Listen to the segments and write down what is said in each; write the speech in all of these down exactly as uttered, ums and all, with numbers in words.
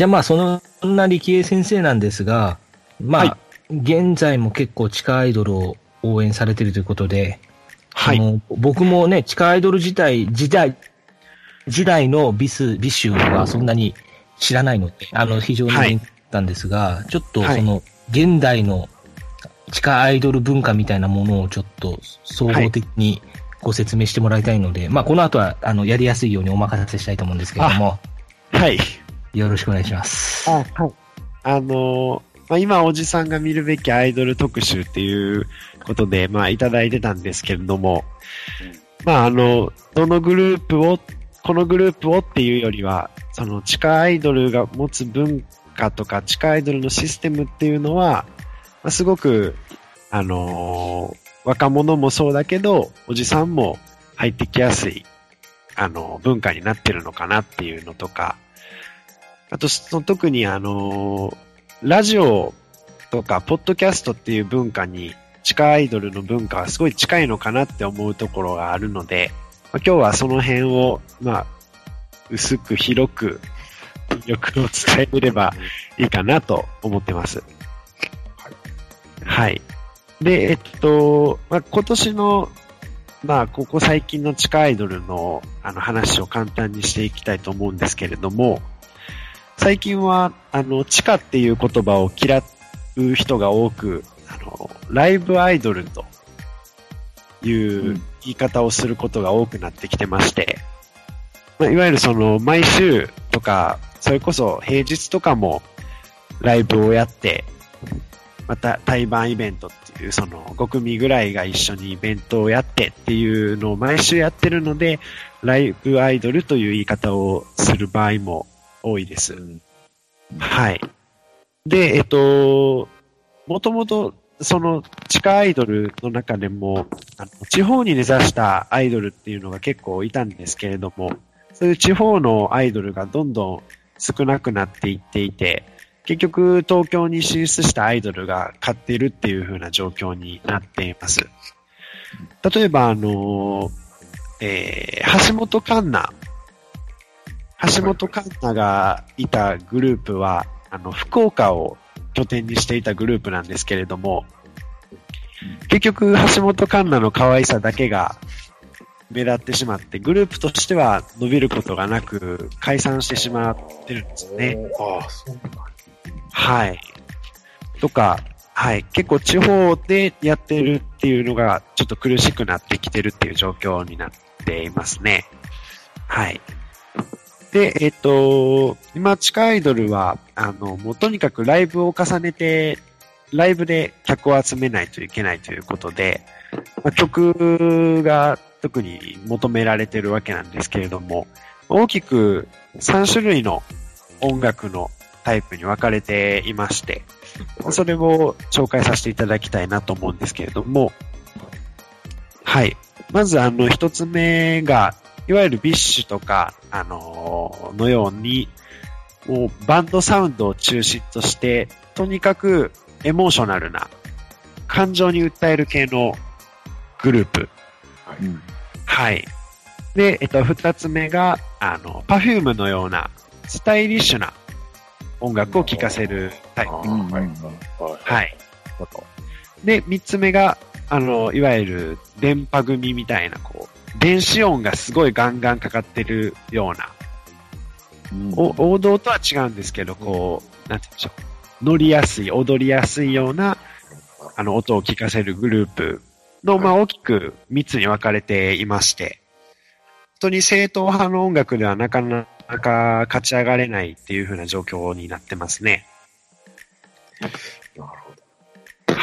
じゃあまあそんな力恵先生なんですが、まあ、はい、現在も結構地下アイドルを応援されているということで、はい、あの僕もね、地下アイドル自体、時代、時代のビス、ビシュはそんなに知らないので、あの、非常に勉強したんですが、はい、ちょっとその、現代の地下アイドル文化みたいなものをちょっと総合的にご説明してもらいたいので、はい、まあこの後は、あの、やりやすいようにお任せしたいと思うんですけれども、 はい。 よろしくお願いします。 あ、はい。あのー、まあ、今おじさんが見るべきアイドル特集っていうことで、まあいただいてたんですけれども、まああの、どのグループを、このグループをっていうよりは、その地下アイドルが持つ文化とか地下アイドルのシステムっていうのは、まあ、すごく、あのー、若者もそうだけど、おじさんも入ってきやすい、あのー、文化になってるのかなっていうのとか、あと、その特にあのー、ラジオとか、ポッドキャストっていう文化に、地下アイドルの文化はすごい近いのかなって思うところがあるので、まあ、今日はその辺を、まあ、薄く広く、魅力を伝えれればいいかなと思ってます。はい。はい。で、えっと、まあ、今年の、まあ、ここ最近の地下アイドルの、あの話を簡単にしていきたいと思うんですけれども、最近は、あの、地下っていう言葉を嫌う人が多く、あの、ライブアイドルという言い方をすることが多くなってきてまして、まあ、いわゆるその、毎週とか、それこそ平日とかもライブをやって、また対バンイベントっていう、そのご組ぐらいが一緒にイベントをやってっていうのを毎週やってるので、ライブアイドルという言い方をする場合も多いです。うん、はい。で、えっと、もともとその地下アイドルの中でも、あの地方に根ざしたアイドルっていうのが結構いたんですけれども、そういう地方のアイドルがどんどん少なくなっていっていて、結局東京に進出したアイドルが勝っているっていう風な状況になっています。例えばあの、えー、橋本環奈。橋本環奈がいたグループは、あの、福岡を拠点にしていたグループなんですけれども、結局橋本環奈の可愛さだけが目立ってしまって、グループとしては伸びることがなく、解散してしまってるんですよね。ああ、そうなんだ。はい。とか、はい。結構地方でやってるっていうのが、ちょっと苦しくなってきてるっていう状況になっていますね。はい。で、えっと、今、地下アイドルは、あの、もうとにかくライブを重ねて、ライブで客を集めないといけないということで、まあ、曲が特に求められているわけなんですけれども、大きくさん種類の音楽のタイプに分かれていまして、それを紹介させていただきたいなと思うんですけれども、はい。まずあの一つ目が、いわゆるビッシュとか、あのー、のように、もうバンドサウンドを中心として、とにかくエモーショナルな、感情に訴える系のグループ。はい。はい、で、えっと、二つ目が、あの、パフュームのような、スタイリッシュな音楽を聴かせるタイプ。はい。で、三つ目が、あの、いわゆる電波組みたいな、こう、電子音がすごいガンガンかかってるような、うん、お王道とは違うんですけど、こう、なんて言うんでしょう。乗りやすい、踊りやすいような、あの、音を聴かせるグループの、まあ、大きく三つに分かれていまして、本当に正統派の音楽ではなかなか勝ち上がれないっていう風な状況になってますね。なるほど。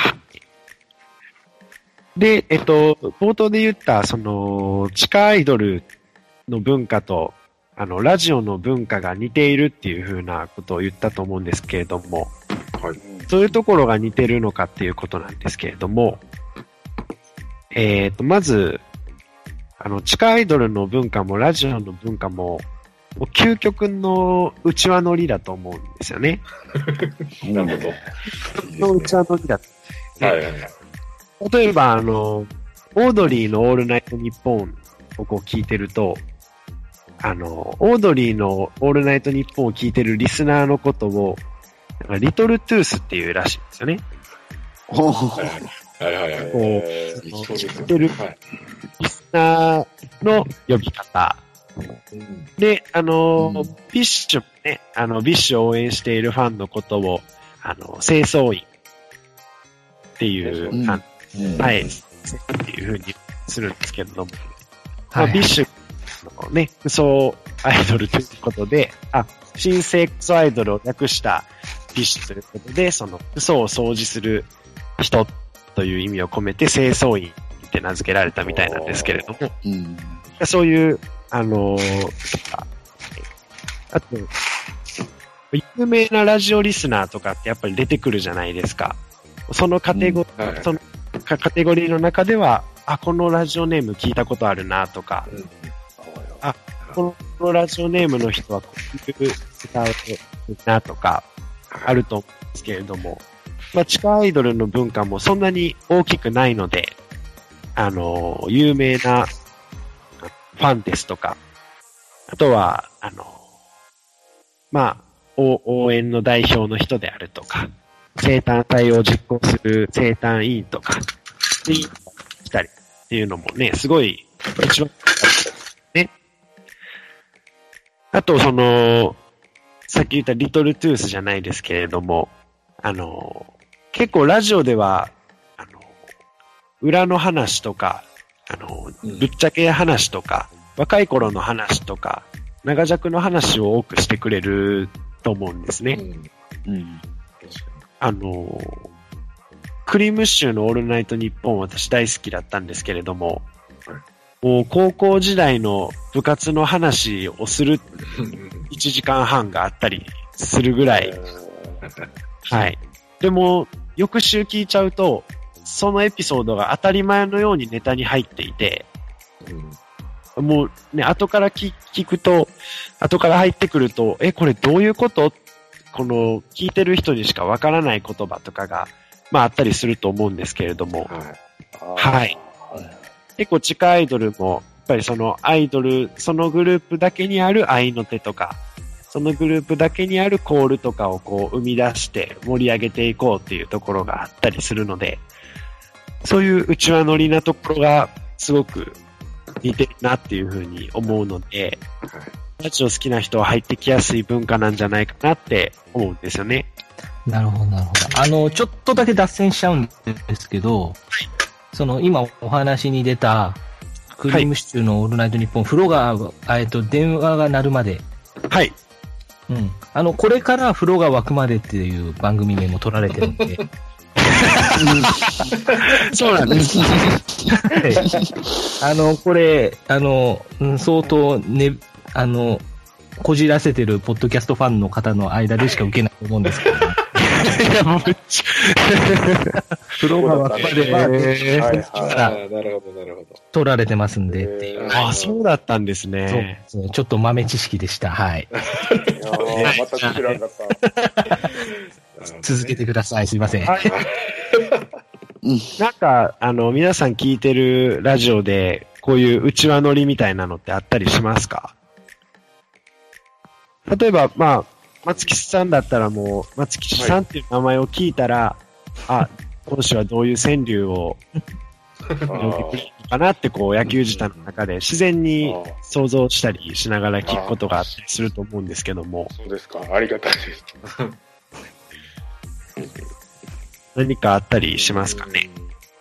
で、えっと、冒頭で言った、その、地下アイドルの文化と、あの、ラジオの文化が似ているっていう風なことを言ったと思うんですけれども、はい、そういうところが似てるのかっていうことなんですけれども、えっと、まず、あの、地下アイドルの文化もラジオの文化も、もう究極の内輪乗りだと思うんですよね。 なるほど。の内輪乗りだと、ね。はいはいはい。例えば、あの、オードリーのオールナイトニッポンをこう聞いてると、 あの、オードリーのオールナイトニッポンを聞いてるリスナーのことを、リトルトゥースっていうらしいんですよね。 おはいはいはい。 こう、聞いてるリスナーの呼び方。で、あの、うん、ビッシュね、あの、ビッシュを応援しているファンのことを、あの、清掃員っていう、うん、あうん、はい、っていう風にするんですけれども、はい、まあ、ビッシュのね、クソアイドルということで、あ、新生クソアイドルを略したビッシュということで、そのクソを掃除する人という意味を込めて清掃員って名付けられたみたいなんですけれども、うん、そういう、あのー、あと、有名なラジオリスナーとかってやっぱり出てくるじゃないですか。そのカテゴリー、うんはい、そのカテゴリーの中では、あ、このラジオネーム聞いたことあるなとか、うん、あ、このラジオネームの人はこういう歌を歌うなとか、あると思うんですけれども、まあ、地下アイドルの文化もそんなに大きくないので、あの、有名なファンですとか、あとは、あの、まあ、応援の代表の人であるとか、生誕祭を実行する生誕委員とか、に来たりっていうのもね、すごい、一番、ね。あと、その、さっき言ったリトルトゥースじゃないですけれども、あの、結構ラジオでは、あの、裏の話とか、あの、ぶっちゃけ話とか、若い頃の話とか、長尺の話を多くしてくれると思うんですね。うん。うん、あの、クリームシチューのオールナイトニッポン私大好きだったんですけれども、もう高校時代の部活の話をするいちじかんはんがあったりするぐらい、はい。でも、翌週聞いちゃうと、そのエピソードが当たり前のようにネタに入っていて、うん、もうね、後から聞くと、後から入ってくると、え、これどういうこと？この、聞いてる人にしかわからない言葉とかが、まああったりすると思うんですけれども、はい。はい、結構地下アイドルも、やっぱりそのアイドル、そのグループだけにある合いの手とか、そのグループだけにあるコールとかをこう生み出して盛り上げていこうっていうところがあったりするので、そういう内輪乗りなところがすごく似てるなっていうふうに思うので、ラジオ好きな人は入ってきやすい文化なんじゃないかなって思うんですよね。 なるほど、なるほど。あの、ちょっとだけ脱線しちゃうんですけど、はい、その今お話に出たクリームシチューのオールナイトニッポン、風呂が、えっと、電話が鳴るまで。 はい。 うん。あの、これから風呂が沸くまでっていう番組名も取られてるんで。 そうなんです。 あの、これ、あの、相当ね、あの、こじらせてるポッドキャストファンの方の間でしか受けないと思うんですけど、ね。いや、もう、風呂が沸くまで、はいはい、なるほど、なるほど。取られてますんでっていう。 ああ、そうだったんですね。 そう。ちょっと豆知識でした。はい。 いやまた知らなかった。 続けてください。すいません。はい、 なんか、あの、皆さん聞いてるラジオで、こういう内輪乗りみたいなのってあったりしますか？例えば、まあ、松吉さんだったらもう、松吉さんっていう名前を聞いたら、はい、あ、今週はどういう川柳を呼んでくれるのかなって、こう、野球自体の中で自然に想像したりしながら聞くことがあったりすると思うんですけども。 そうですか。ありがたいです。 何かあったりしますかね。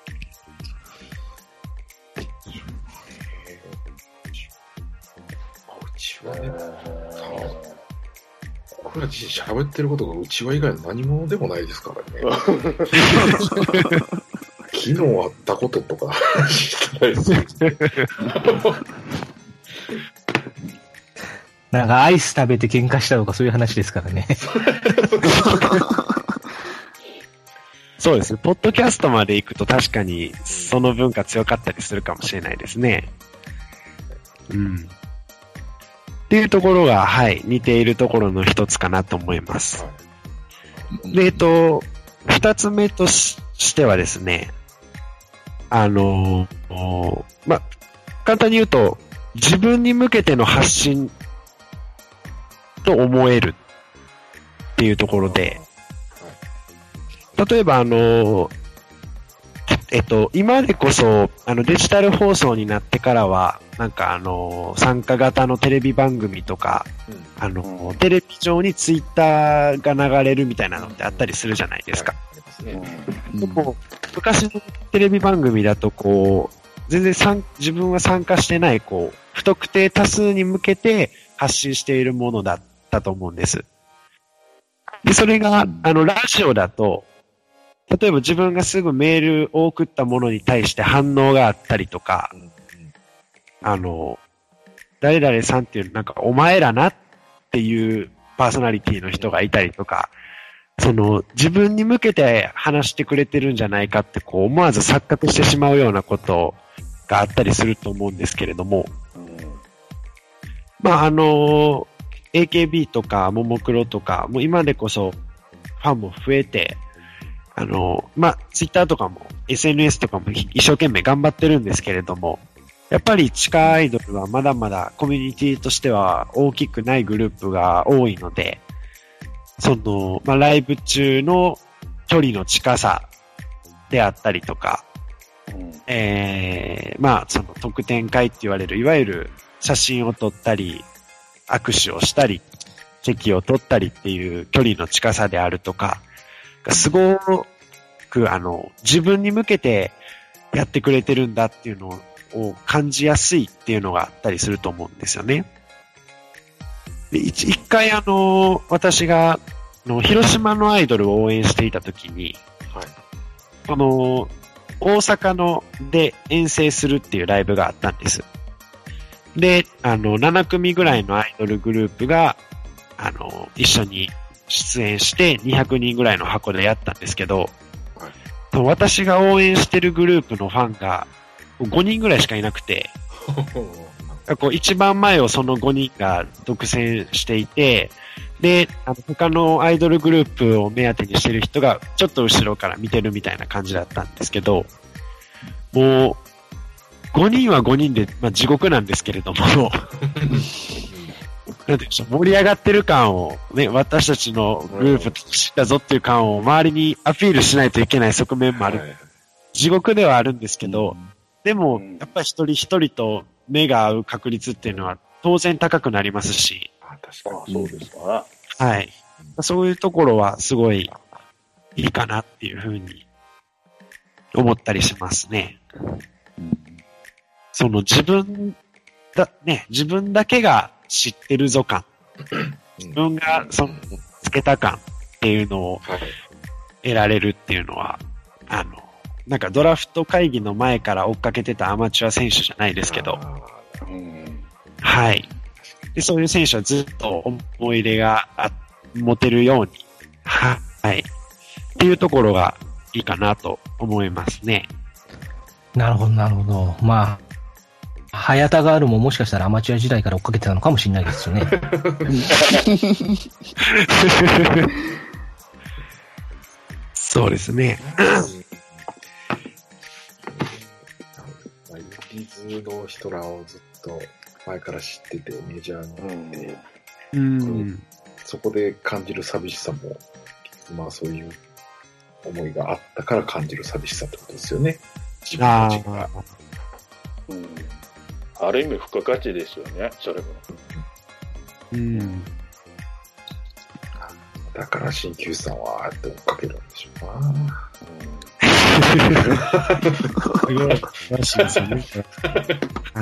うちはね、僕ら自身喋ってることがうちわ以外の何者でもないですからね。昨日あったこととかしてないですよ。 なんかアイス食べて喧嘩したとかそういう話ですからね。 そうですね。ポッドキャストまで行くと確かにその文化強かったりするかもしれないですね。うん。っていうところが、はい、似ているところの一つかなと思います。で、えっと、二つ目としてはですね、あの、ま、簡単に言うと、 自分に向けての発信と思えるっていうところで、例えばあの、えっと、今でこそ、あの、デジタル放送になってからは、なんかあの、参加型のテレビ番組とか、うん、あの、テレビ上にツイッターが流れるみたいなのってあったりするじゃないですか。うん、でも昔のテレビ番組だと、こう、全然参自分は参加してない、こう、不特定多数に向けて発信しているものだったと思うんです。で、それが、あの、ラジオだと、例えば自分がすぐメールを送ったものに対して反応があったりとか、あの、誰々さんっていう、なんかお前らなっていうパーソナリティの人がいたりとか、その自分に向けて話してくれてるんじゃないかってこう思わず錯覚してしまうようなことがあったりすると思うんですけれども、まああの、エーケービー とかももクロとか、もう今でこそファンも増えて、あの、まあ、ツイッターとかも エスエヌエス とかも一生懸命頑張ってるんですけれども、やっぱり地下アイドルはまだまだコミュニティとしては大きくないグループが多いので、その、まあ、ライブ中の距離の近さであったりとか、うん、えー、まあ、その特典会って言われる、いわゆる写真を撮ったり、握手をしたり、席を取ったりっていう距離の近さであるとか、すごく、あの、自分に向けてやってくれてるんだっていうのを感じやすいっていうのがあったりすると思うんですよね。で、一, 一回あの、私が、の広島のアイドルを応援していたときに、はい、この、大阪ので遠征するっていうライブがあったんです。で、あの、なな組ぐらいのアイドルグループが、あの、一緒に出演してにひゃくにんぐらいの箱でやったんですけど、はい、私が応援してるグループのファンがごにんぐらいしかいなくて、こう一番前をそのごにんが独占していて、で、あの他のアイドルグループを目当てにしてる人がちょっと後ろから見てるみたいな感じだったんですけど、もうごにんはごにんで、まあ、地獄なんですけれども、なんていうんでしょう、盛り上がってる感を、ね、私たちのグループと知ったぞっていう感を周りにアピールしないといけない側面もある。地獄ではあるんですけど、でも、やっぱり一人一人と目が合う確率っていうのは当然高くなりますし。 確かにそうですか。 はい。そういうところはすごいいいかなっていうふうに思ったりしますね。その自分だ、ね、自分だけが知ってるぞ感。自分がそのつけた感っていうのを得られるっていうのは、あの、なんかドラフト会議の前から追っかけてたアマチュア選手じゃないですけど、はい。で、そういう選手はずっと思い入れが持てるように、はい。っていうところがいいかなと思いますね。 なるほど、なるほど。まあ、早田ガールももしかしたらアマチュア時代から追っかけてたのかもしれないですよね。 そうですね。 インディーズの人らをずっと前から知っててメジャーになって、 うん、 そこで感じる寂しさも、まあそういう思いがあったから感じる寂しさってことですよね。自分たちが。 うん、ある意味付加価値ですよね、それも。 うん。 だから鍼灸師さんはああやって追っかけるんでしょうな。うんすごいらしいですよね。はい。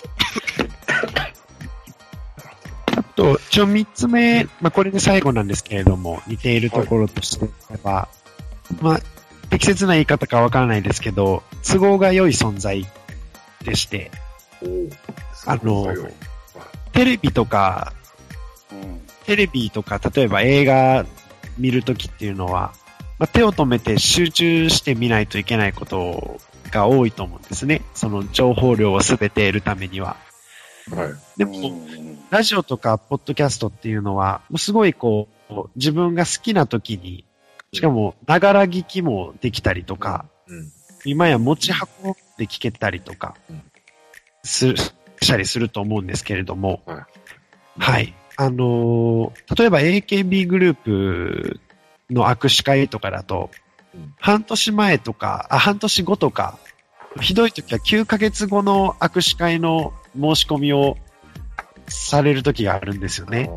あと、一応三つ目、まあこれで最後なんですけれども、似ているところとしては、まあ、適切な言い方かわからないですけど、都合が良い存在でして、あの、テレビとか、うん、テレビとか、例えば映画見るときっていうのは、まあ、手を止めて集中して見ないといけないことが多いと思うんですね。その情報量をすべて得るためには。 はい。 でも、ラジオとかポッドキャストっていうのは、もうすごいこう、自分が好きな時に、しかも、ながら聞きもできたりとか、うん、今や持ち運んで聞けたりとか、する、 したりすると思うんですけれども、 はい。 はい。あのー例えば エーケービー グループの握手会とかだと、 うん半年前とか、あ、半年後とか、ひどい時はきゅうかげつごの握手会の申し込みをされる時があるんですよね。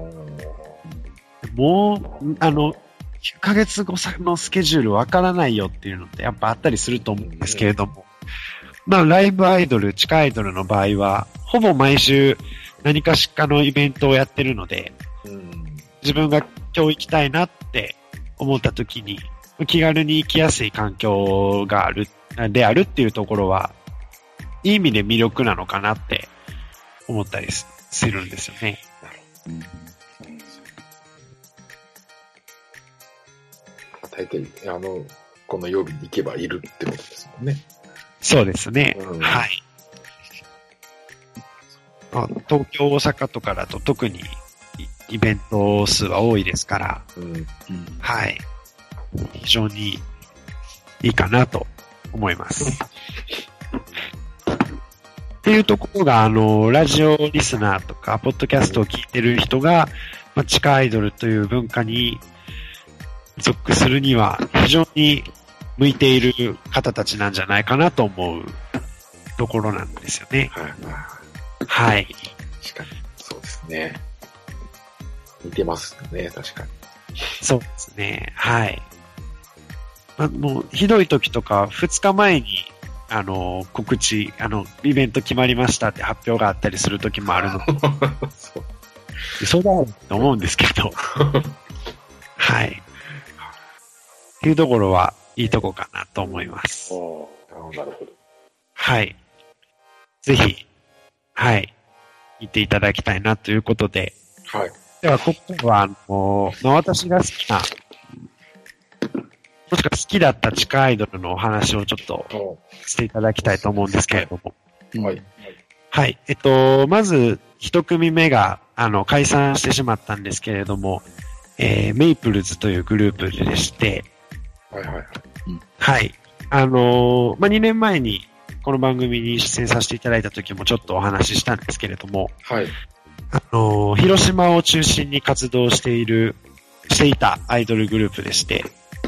もう、あの、きゅうかげつごのスケジュールわからないよっていうのってやっぱあったりすると思うんですけれども、まあ、ライブアイドル、地下アイドルの場合は、ほぼ毎週何かしかのイベントをやってるので、 うん自分が今日行きたいなって思った時に、気軽に行きやすい環境がある、であるっていうところは、いい意味で魅力なのかなって思ったりすするんですよね。 大体、あの、この曜日に行けばいるってことですもんね。 そうですね。 うんはい。まあ東京、大阪とかだと特にイイベント数は多いですから、 うん。 はい。非常にいいかなと思います。っていうところが、あの、ラジオリスナーとか、ポッドキャストを聞いてる人が、まあ、地下アイドルという文化に属するには、非常に向いている方たちなんじゃないかなと思うところなんですよね。 はい。 はい。 確かに。そうですね。似てますね、確かに。 そうですね。はい。まあ、もう、ひどい時とか、ふつかまえに、あの、告知、あの、イベント決まりましたって発表があったりする時もあるので、 そう。 そうだろうと思うんですけど、はい。っていうところは、いいとこかなと思います。 ああ、なるほど。 はい。ぜひ、はい。見ていただきたいなということで、 はい。 では、ここは、あの、まあ、私が好きな、もしくは好きだった地下アイドルのお話をちょっとおしていただきたいと思うんですけれども。 はい。 はい。えっと、まず、一組目が、あの、解散してしまったんですけれども、えー、メイプルズというグループでして、 はいはいはい。 はい。あのーまあ、にねんまえにこの番組に出演させていただいた時もちょっとお話ししたんですけれども、 はい。 あのー広島を中心に活動している、していたアイドルグループでして、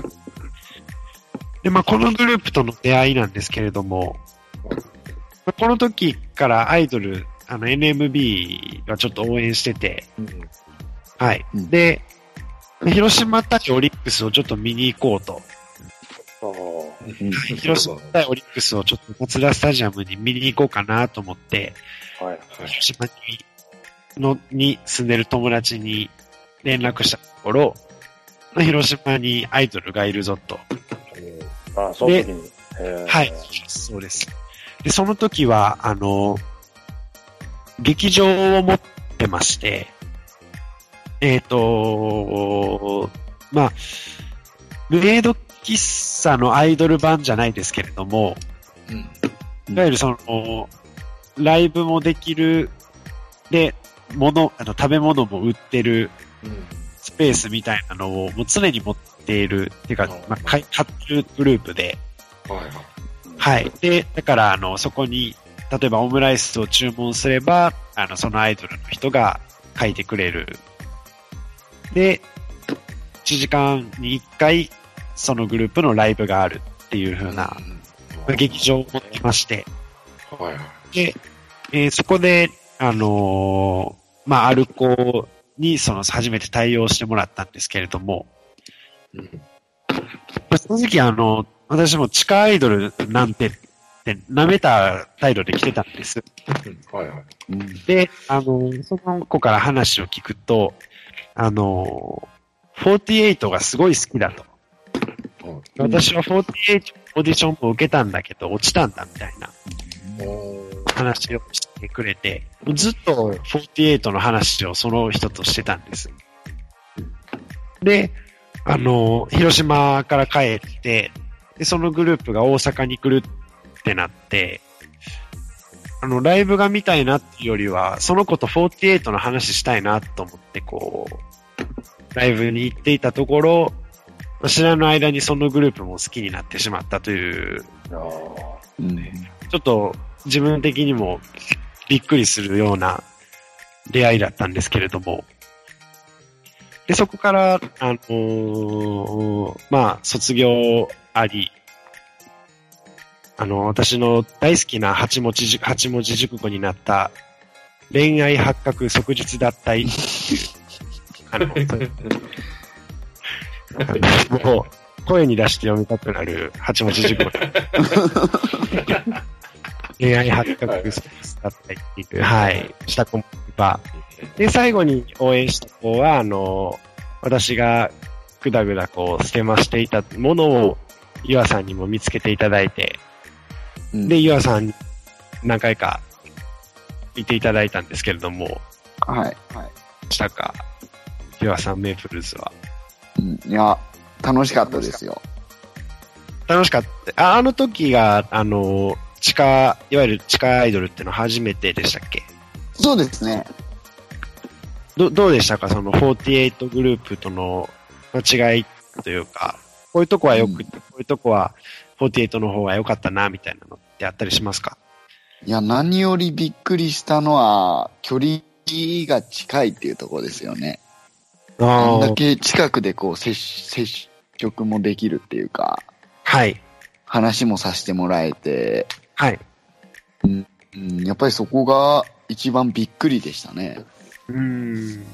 で、まあ、このグループとの出会いなんですけれども、まあこの時からアイドル、あの エヌエムビー はちょっと応援してて、 うん。 はい。 うんで、広島対オリックスをちょっと見に行こうと。 ああ、 うん広島対オリックスをちょっと松田スタジアムに見に行こうかなと思って、 はい。 広島にのに住んでる友達に連絡したところ、広島にアイドルがいるぞと。 ああ、その時に。へーはい。そうです。で、その時は、あの、劇場を持ってまして、えっ、と、まあ、メイド喫茶のアイドル版じゃないですけれども、 うん。 いわゆるその、ライブもできる、で、物、あの、食べ物も売ってるうん。 スペースみたいなのをもう常に持っている、っていうか、まあ、買い買ってるグループで、 はいはい。 はい。で、だから、あの、そこに、例えばオムライスを注文すれば、あの、そのアイドルの人が書いてくれる。で、いちじかんにいっかい、そのグループのライブがあるっていう風な、 うん。 劇場を持ってまして、 はいはい。 で、えーそこで、あのーまあ、アルコに、その、初めて対応してもらったんですけれども、 うん。 まあその時あの、私も地下アイドルなんて、って舐めた態度で来てたんです。 はいはい。 で、あの、その子から話を聞くと、あの、フォーティーエイトがすごい好きだと。私はフォーティーエイトオーディションも受けたんだけど、落ちたんだみたいなおー話をしてくれて、ずっとフォーティーエイトの話をその人としてたんです。で、あの、広島から帰って、で、そのグループが大阪に来るってなって、あの、ライブが見たいなっていうよりは、その子とフォーティーエイトの話したいなと思って、こう、ライブに行っていたところ、知らぬ間にそのグループも好きになってしまったという、 ああ、 うんちょっと自分的にもびっくりするような出会いだったんですけれども、で、そこから、あのー、まあ、卒業あり、あの、私の大好きな八文字、八文字熟語になった、恋愛発覚即日脱退っていう、あの、もう、声に出して読みたくなる八文字熟語。恋愛発覚即日脱退っていう、はい、した子もいば、で、最後に応援した子は、あの、私がぐだぐだこう捨てましていたものを、ゆあさんにも見つけていただいて、うん、で、ゆあさんに何回か見ていただいたんですけれども、 はい。はい。 したか、ゆあさんメープルズは。 うん、いや、楽しかったですよ。 楽しかった。あ、あの時が、あの、地下、いわゆる地下アイドルっての初めてでしたっけ？ そうですね。 ど、どうでしたかそのフォーティエイトグループとの違いというか、こういうとこはよく、うん、こういうとこはフォーティエイトの方が良かったな、みたいなのってあったりしますか？ いや、何よりびっくりしたのは、距離が近いっていうところですよね。あんだけ近くでこう接、接触もできるっていうか、 はい。 話もさせてもらえて、 はい。 うん、やっぱりそこが一番びっくりでしたね。 うーん。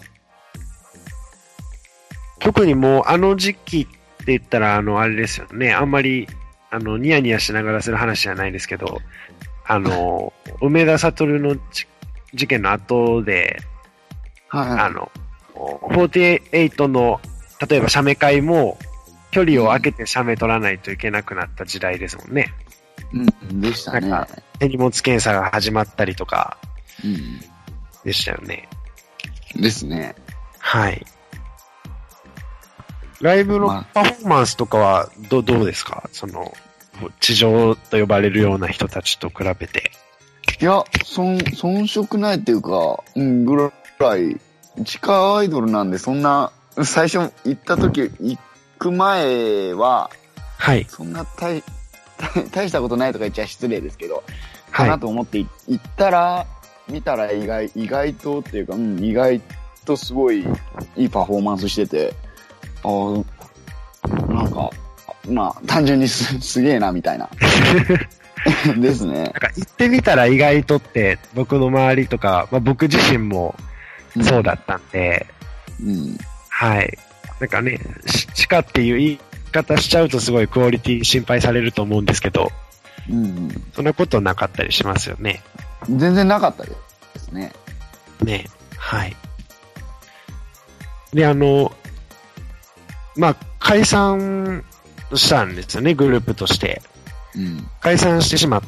特にもうあの時期って言ったら、あの、あれですよね。あんまり、あの、ニヤニヤしながらする話じゃないですけど、あの、梅田悟の事件の後で、 はい、 あの、フォーティエイトの、例えば写メ会も、距離を空けて写メ取らないといけなくなった時代ですもんね。 うん、でしたね。なんか手荷物検査が始まったりとか、 うん、 でしたよね。 ですね。 はい。ライブのパフォーマンスとかはど、どうですか？その、地上と呼ばれるような人たちと比べて。 いや、遜、遜色ないっていうか、うん、ぐらい、地下アイドルなんでそんな、最初行った時、行く前は、 はい。 そんな大、大したことないとか言っちゃ失礼ですけど、かなと思って行ったら、見たら意外、意外とっていうか、うん、意外とすごいいいパフォーマンスしてて、ああ、なんか、まあ、単純にす、すげえな、みたいな。ですね。 なんか行ってみたら意外とって、僕の周りとか、まあ僕自身もそうだったんで、 うん。 はい。なんかね、地下っていう言い方しちゃうとすごいクオリティ心配されると思うんですけど、 うん。 そんなことなかったりしますよね。 全然なかったですね。 ね、はい。で、あの、まあ、解散したんですよね、グループとして。 うん、 解散してしまって、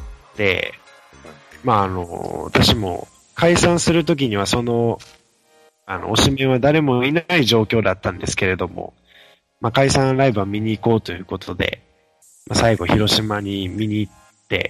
まあ、あの、私も解散するときにはその、あの、推しメンは誰もいない状況だったんですけれども、まあ、解散ライブは見に行こうということで、まあ、最後広島に見に行って、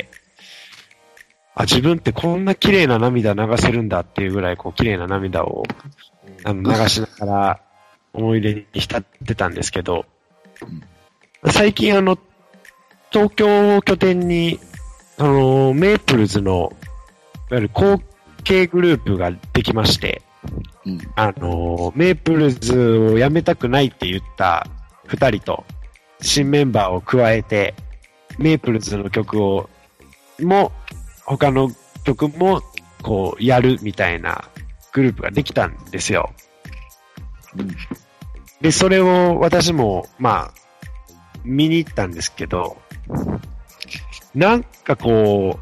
あ、自分ってこんな綺麗な涙流せるんだっていうぐらい、こう、綺麗な涙を、あの、流しながら思い出に浸ってたんですけど、最近あの、東京を拠点に、あの、メープルズの、いわゆる後継グループができまして、 うん、 あの、メープルズを辞めたくないって言った二人と、新メンバーを加えて、メープルズの曲を、も、他の曲も、こう、やるみたいなグループができたんですよ。 うん、 で、それを私も、まあ、見に行ったんですけど、なんかこ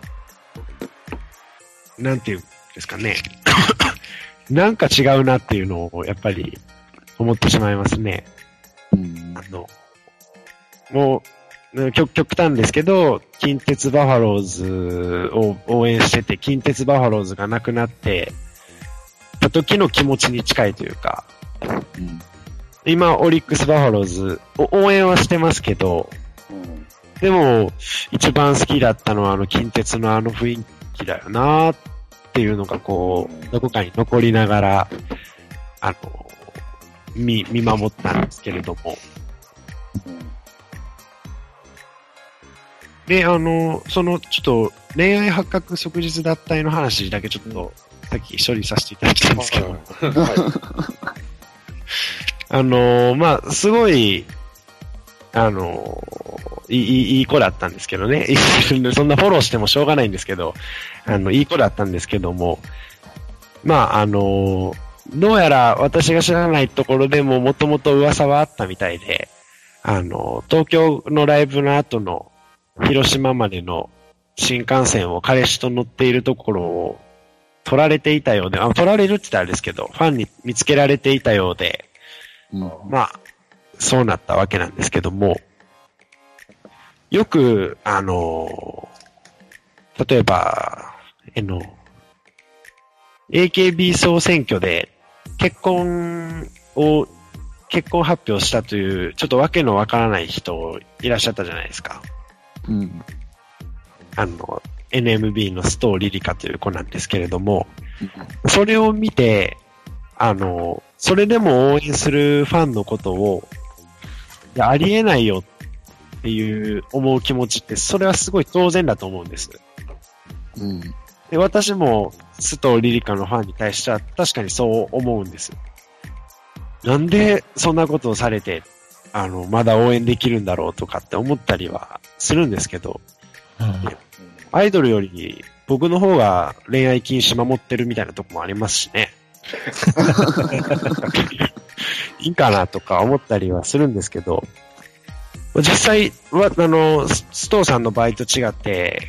う、なんていうんですかね。なんか違うなっていうのをやっぱり思ってしまいますね。 うん、 あの、もう、極、極端ですけど、近鉄バファローズを応援してて、近鉄バファローズがなくなって、た時の気持ちに近いというか、 うん、 今、オリックスバファローズを応援はしてますけど、 うん、 でも、一番好きだったのはあの近鉄のあの雰囲気だよなっていうのがこう、どこかに残りながら、あの、見、見守ったんですけれども。で、あの、その、ちょっと、 恋愛発覚即日脱退の話だけちょっと、さっき処理させていただきたいんですけど。 はあのー、まあ、すごい、あのー、いい、いい子だったんですけどね。そんなフォローしてもしょうがないんですけど、あの、いい子だったんですけども、まあ、あのー、どうやら私が知らないところでももともと噂はあったみたいで、あの、東京のライブの後の広島までの新幹線を彼氏と乗っているところを撮られていたようで、あ、撮られるって言ったらあれですけど、ファンに見つけられていたようで、 うん、 まあ、そうなったわけなんですけども、よく、あの、例えば、あの、エーケービー 総選挙で結婚を、結婚発表したという、ちょっとわけのわからない人いらっしゃったじゃないですか。 うん。 あの、エヌエムビー の須藤リリカという子なんですけれども、それを見て、あの、それでも応援するファンのことを、いや、ありえないよっていう思う気持ちって、それはすごい当然だと思うんです。 うん。 で、私も須藤リリカのファンに対しては確かにそう思うんです。なんでそんなことをされて、あの、まだ応援できるんだろうとかって思ったりはするんですけど、 うん、 アイドルより僕の方が恋愛禁止守ってるみたいなとこもありますしね。いいかなとか思ったりはするんですけど、実際は、あの、須藤さんの場合と違って、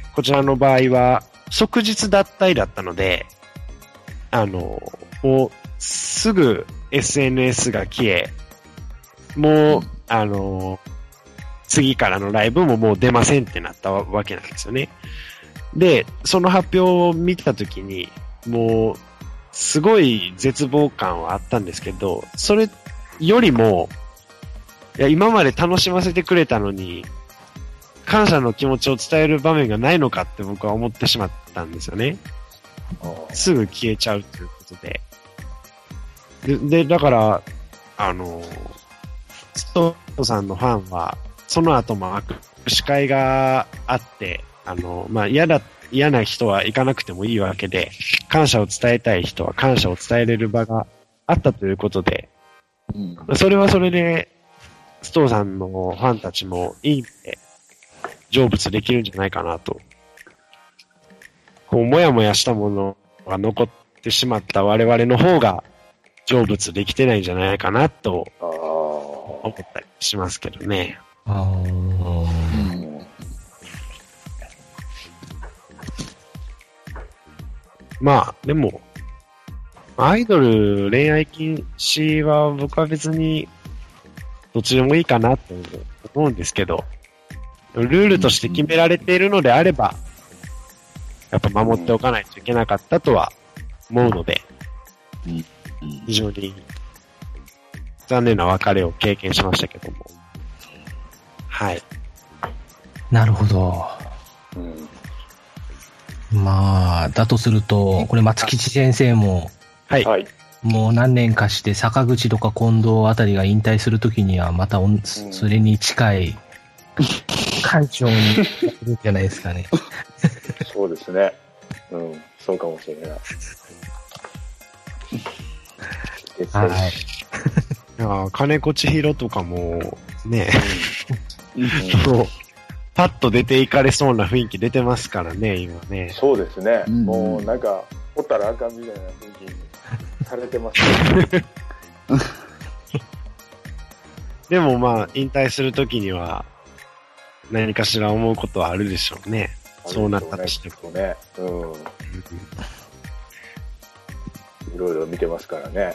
こちらの場合は即日脱退だったので、あの、もうすぐ エスエヌエス が消え、もう、あの、次からのライブももう出ませんってなったわけなんですよね。で、その発表を見たときに、もう、すごい絶望感はあったんですけど、それよりも、いや、今まで楽しませてくれたのに、感謝の気持ちを伝える場面がないのかって僕は思ってしまったんですよね。すぐ消えちゃうということで。で、でだから、あの、ストートさんのファンは、その後も握手会があって、あの、まあ、嫌だ、嫌な人は行かなくてもいいわけで、感謝を伝えたい人は感謝を伝えれる場があったということで、 うん、 それはそれで、ストーさんのファンたちもいい意味で成仏できるんじゃないかなと。こう、もやもやしたものが残ってしまった我々の方が成仏できてないんじゃないかなと思ったりしますけどね。 あーまあ、でも、アイドル恋愛禁止は僕は別にどっちでもいいかなと思うんですけど、ルールとして決められているのであれば、やっぱ守っておかないといけなかったとは思うので、非常に残念な別れを経験しましたけども。はい。 なるほど。 うんまあ、だとすると、これ松吉先生も、 はい。 はい。 もう何年かして坂口とか近藤あたりが引退するときにはまたおん、それに近い会長になるんじゃないですかね。 そうですね。うん、そうかもしれない。 はい。 いや金子千尋とかも、ね、 うんそう、パッと出ていかれそうな雰囲気出てますからね、今ね。 そうですね。 うんもうなんか、おったらあかんみたいな雰囲気にされてますね。 でもまあ、引退するときには、何かしら思うことはあるでしょうね。そうなったとしても。 ね。うん。いろいろ見てますからね。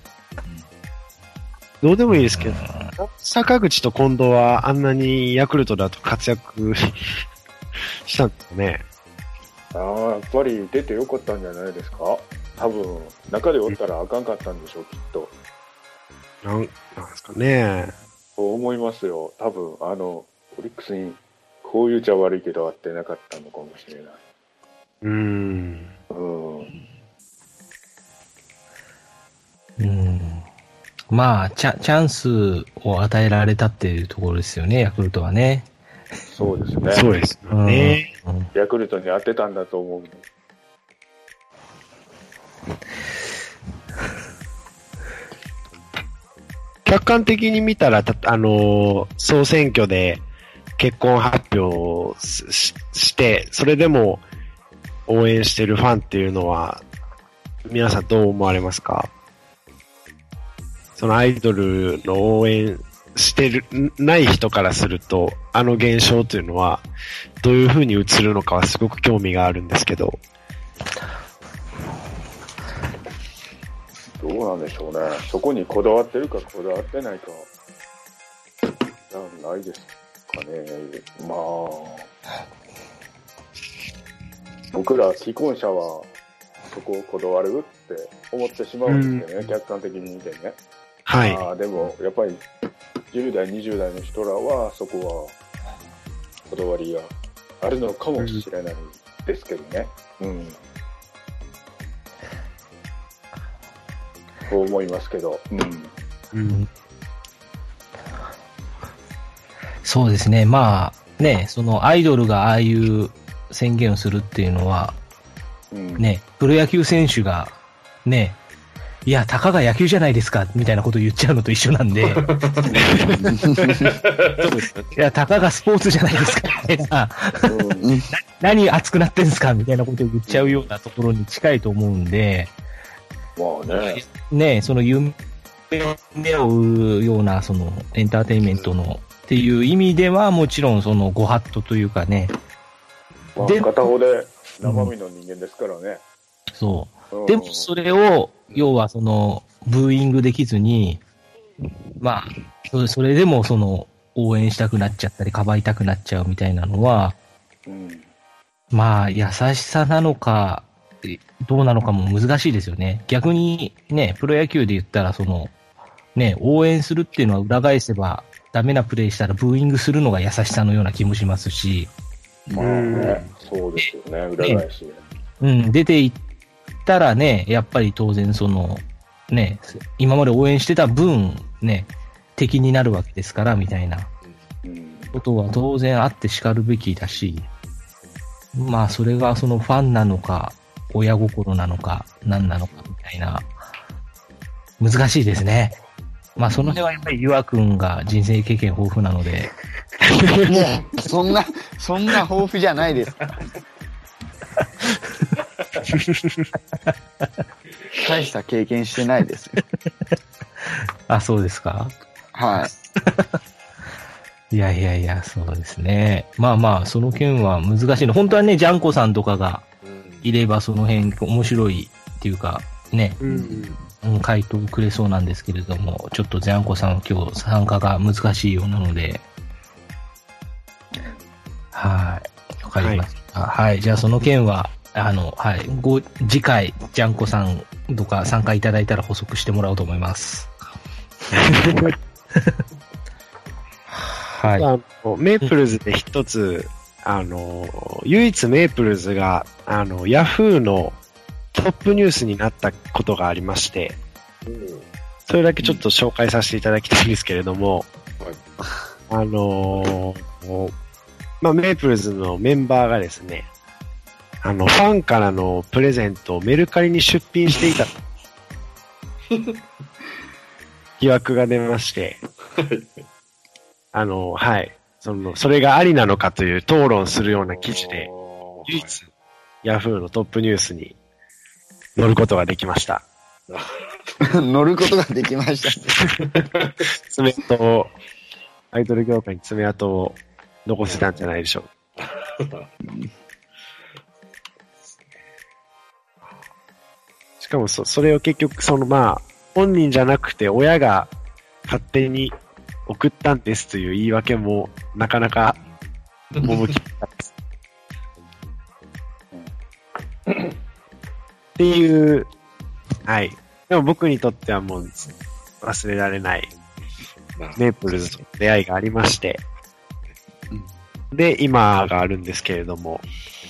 どうでもいいですけど、坂口と近藤はあんなにヤクルトだと活躍したんですね。 ああ、やっぱり出てよかったんじゃないですか。多分、中でおったらあかんかったんでしょう、きっと。 なん、なんですかね。 そう思いますよ。多分、あの、オリックスに、こういうちゃ悪いけど、合ってなかったのかもしれない。 うーん。 うん。 うんまあチャ、チャンスを与えられたっていうところですよね、ヤクルトはね。 そうですね。 そうですね。 うんうんヤクルトに当てたんだと思う。 客観的に見たら、たあのー総選挙で結婚発表ししして、それでも応援してるファンっていうのは、皆さんどう思われますか？そのアイドルの応援してる、ない人からすると、あの現象というのは、どういう風に映るのかはすごく興味があるんですけど。 どうなんでしょうね。そこにこだわってるかこだわってないかじゃないですかね。まあ、僕ら既婚者はそこをこだわるって思ってしまうんですけどね、うん、客観的に見てね。 はい。 ああ、でもやっぱりじゅう代、にじゅう代の人らはそこはこだわりがあるのかもしれないですけどね。うん。うん、そう思いますけど。うん。うん、 そうですね。まあね、そのアイドルがああいう宣言をするっていうのは、うん、ね、プロ野球選手がね、いや、たかが野球じゃないですか、みたいなことを言っちゃうのと一緒なんで。いや、たかがスポーツじゃないですか、みたいな。何熱くなってんすか、みたいなことを言っちゃうようなところに近いと思うんで。 まあね。 ね、その夢を追うような、そのエンターテインメントのっていう意味では、もちろんそのご法度というかね。 まあ、片方で生身の人間ですからね。うん、 そう。でもそれを、要はその、ブーイングできずに、まあ、それでもその、応援したくなっちゃったり、かばいたくなっちゃうみたいなのは、うん、まあ、優しさなのか、どうなのかも難しいですよね。逆にね、プロ野球で言ったら、その、ね、応援するっていうのは裏返せば、ダメなプレーしたらブーイングするのが優しさのような気もしますし。 まあね、そうですよね、裏返し。 うん、出ていったらね、やっぱり当然その、ね、今まで応援してた分、ね、敵になるわけですから、みたいなことは当然あって叱るべきだし、まあそれがそのファンなのか、親心なのか、何なのか、みたいな、難しいですね。まあその辺はやっぱりゆあくんが人生経験豊富なので。 いや、そんな、そんな豊富じゃないですから。大した経験してないですよ。 あ、そうですか？ はい。 いやいやいや、そうですね。まあまあ、その件は難しいの。本当はね、ジャンコさんとかがいればその辺面白いっていうか、ね、うんうん、回答くれそうなんですけれども、ちょっとジャンコさんは今日参加が難しいようなので、はい。わかりました。はい、はい。じゃあその件は、あの、はい。ご、次回、ジャンコさんとか参加いただいたら補足してもらおうと思います。はい。 あの、メープルズで一つ、あの、唯一メープルズが、あの、ヤフーのトップニュースになったことがありまして、それだけちょっと紹介させていただきたいんですけれども、あのー、まあ、メープルズのメンバーがですね、あの、ファンからのプレゼントをメルカリに出品していた疑惑が出まして、あの、はい。その、それがありなのかという討論するような記事で、唯一、ヤフーのトップニュースに乗ることができました。 乗ることができました。 爪痕を、アイドル業界に爪痕を残せたんじゃないでしょう。しかもそ、それを結局、そのまあ、本人じゃなくて親が勝手に送ったんですという言い訳もなかなか趣深いです。っていう、はい。でも僕にとってはもう忘れられないメープルズとの出会いがありまして、で、今があるんですけれども、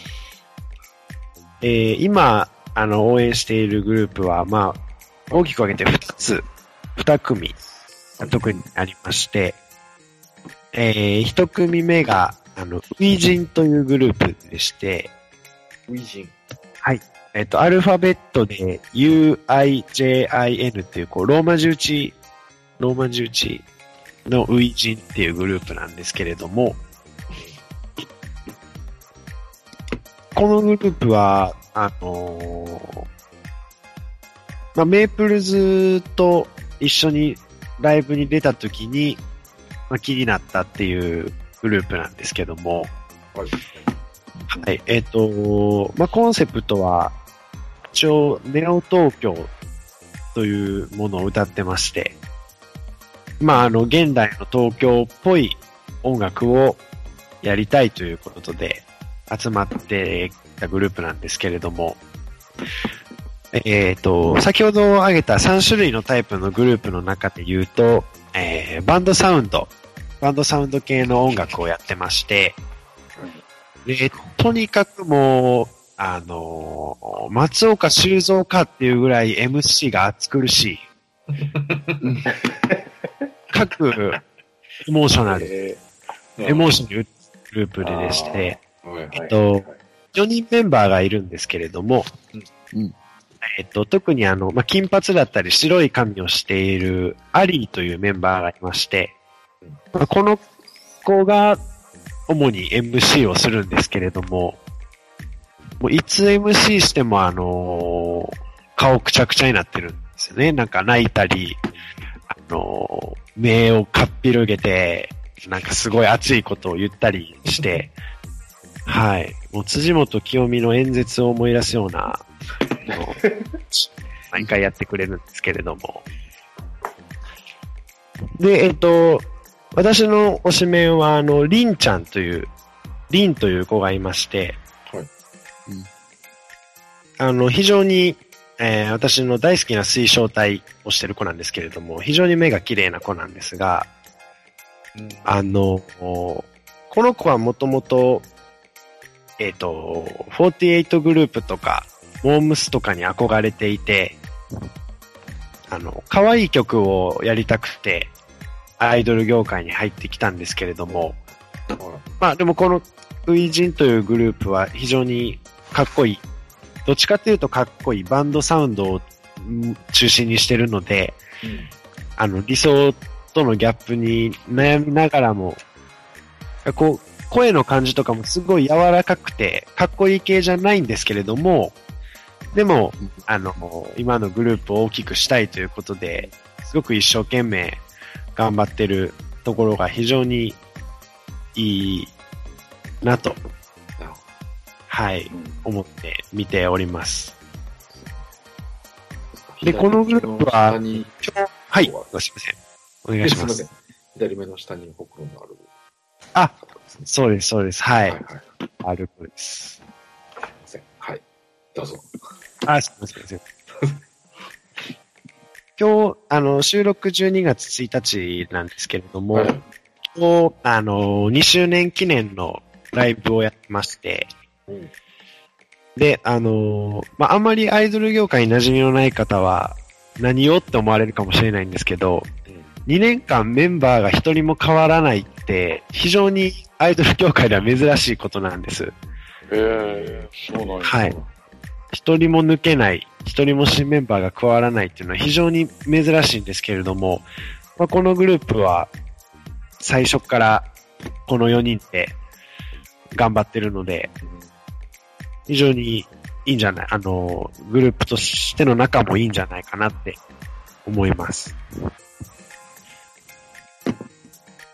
えー、今、あの、応援しているグループは、まあ、大きく分けてふたつ、に組が特にありまして、えー、いち組目が、 あの、ウイジンというグループでして、 ウイジン。 はい。えっと、アルファベットで ユーアイジェイアイエヌ っていう、こう、ローマ字打ち、ローマ字打ちのウイジンっていうグループなんですけれども、このグループは、あのー、まあ、メープルズと一緒にライブに出た時に、まあ、気になったっていうグループなんですけども、 はい。 はい、えっ、ー、と、まあ、コンセプトは、一応、ネオ東京というものを歌ってまして、まあ、あの、現代の東京っぽい音楽をやりたいということで、集まってきたグループなんですけれども、えっ、ー、と、先ほど挙げたさん種類のタイプのグループの中で言うと、えー、バンドサウンド、バンドサウンド系の音楽をやってまして、で、とにかくもう、あのー、松岡修造かっていうぐらい エムシー が暑苦しい。各エモーショナル、えー、エモーショナルグループででして、えっと、よにんメンバーがいるんですけれども、うん、えっと、特にあの、まあ、金髪だったり白い髪をしているアリーというメンバーがいまして、まあ、この子が主に エムシー をするんですけれども、もういつ エムシー してもあのー、顔くちゃくちゃになってるんですよね。なんか泣いたり、あのー、目をかっ広げて、なんかすごい熱いことを言ったりして、はい。もう辻元清美の演説を思い出すような、毎回やってくれるんですけれども。で、えっと、私の推しメンは、あの、リンちゃんという、リンという子がいまして、はい。うん、あの、非常に、えー、私の大好きな水晶体をしてる子なんですけれども、非常に目が綺麗な子なんですが、うん、あの、この子はもともと、えっと、フォーティエイトグループとか、モームスとかに憧れていて、あの、可愛い曲をやりたくて、アイドル業界に入ってきたんですけれども、まあでもこのウイジンというグループは非常にかっこいい。どっちかっていうとかっこいいバンドサウンドを中心にしてるので、うん、あの理想とのギャップに悩みながらも、こう声の感じとかもすごい柔らかくてかっこいい系じゃないんですけれども、でもあの今のグループを大きくしたいということで、すごく一生懸命頑張ってるところが非常にいいなと、はい、思って見ております。で、このグループは、はい、すみません。お願いします。すみません。 左目の下にほくろのある。 あ、そうです、そうです。はい。はいはい、ある子です。 すみません。はい。どうぞ。 あ、すみません。今日、あの、収録じゅうにがつついたちなんですけれども、はい、今日、あの、にしゅうねん記念のライブをやってまして、うん、で、あの、まあ、あんまりアイドル業界に馴染みのない方は、何をって思われるかもしれないんですけど、うん、にねんかんメンバーが一人も変わらないって、非常にアイドル業界では珍しいことなんです。 へえー、そうなんですか。 はい。一人も抜けない、一人も新メンバーが加わらないっていうのは非常に珍しいんですけれども、まあ、このグループは最初からこのよにんで頑張ってるので、非常にいいんじゃない、あの、グループとしての仲もいいんじゃないかなって思います。